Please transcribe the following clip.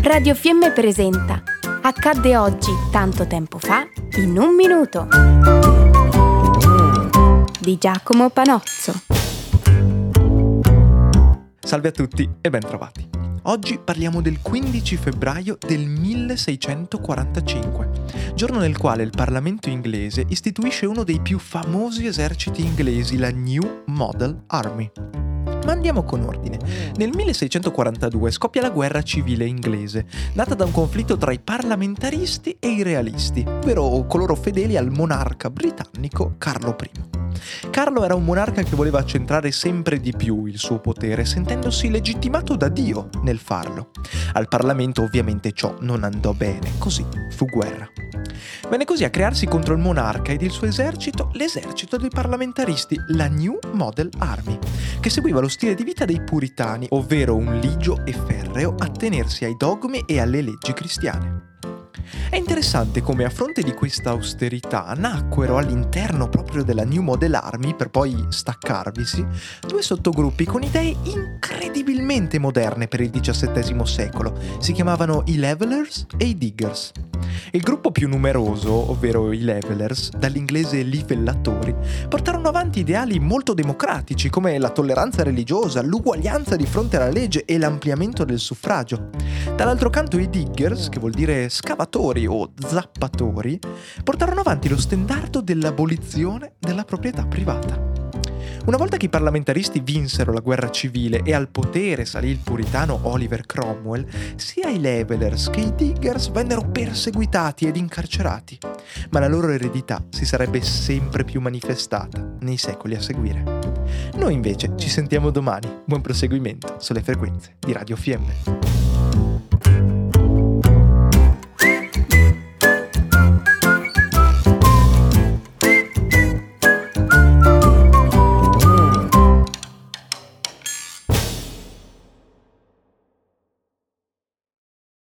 Radio Fiemme presenta Accadde oggi, tanto tempo fa, in un minuto di Giacomo Panozzo. Salve a tutti e ben trovati. Oggi parliamo del 15 febbraio del 1645, giorno nel quale il Parlamento inglese istituisce uno dei più famosi eserciti inglesi, la New Model Army. Ma andiamo con ordine. Nel 1642 scoppia la guerra civile inglese, nata da un conflitto tra i parlamentaristi e i realisti, ovvero coloro fedeli al monarca britannico Carlo I. Carlo era un monarca che voleva centrare sempre di più il suo potere, sentendosi legittimato da Dio nel farlo. Al Parlamento ovviamente ciò non andò bene, così fu guerra. Venne così a crearsi contro il monarca ed il suo esercito l'esercito dei parlamentaristi, la New Model Army, che seguiva lo stile di vita dei puritani, ovvero un ligio e ferreo attenersi ai dogmi e alle leggi cristiane. È interessante come a fronte di questa austerità nacquero all'interno proprio della New Model Army, per poi staccarvisi, due sottogruppi con idee incredibilmente moderne per il XVII secolo. Si chiamavano i Levelers e i Diggers. Il gruppo più numeroso, ovvero i Levelers, dall'inglese livellatori, portarono avanti ideali molto democratici come la tolleranza religiosa, l'uguaglianza di fronte alla legge e l'ampliamento del suffragio. Dall'altro canto i Diggers, che vuol dire scavatori o zappatori, portarono avanti lo stendardo dell'abolizione della proprietà privata. Una volta che i parlamentaristi vinsero la guerra civile e al potere salì il puritano Oliver Cromwell, sia i Levelers che i Diggers vennero perseguitati ed incarcerati, ma la loro eredità si sarebbe sempre più manifestata nei secoli a seguire. Noi invece ci sentiamo domani. Buon proseguimento sulle frequenze di Radio Fiemme.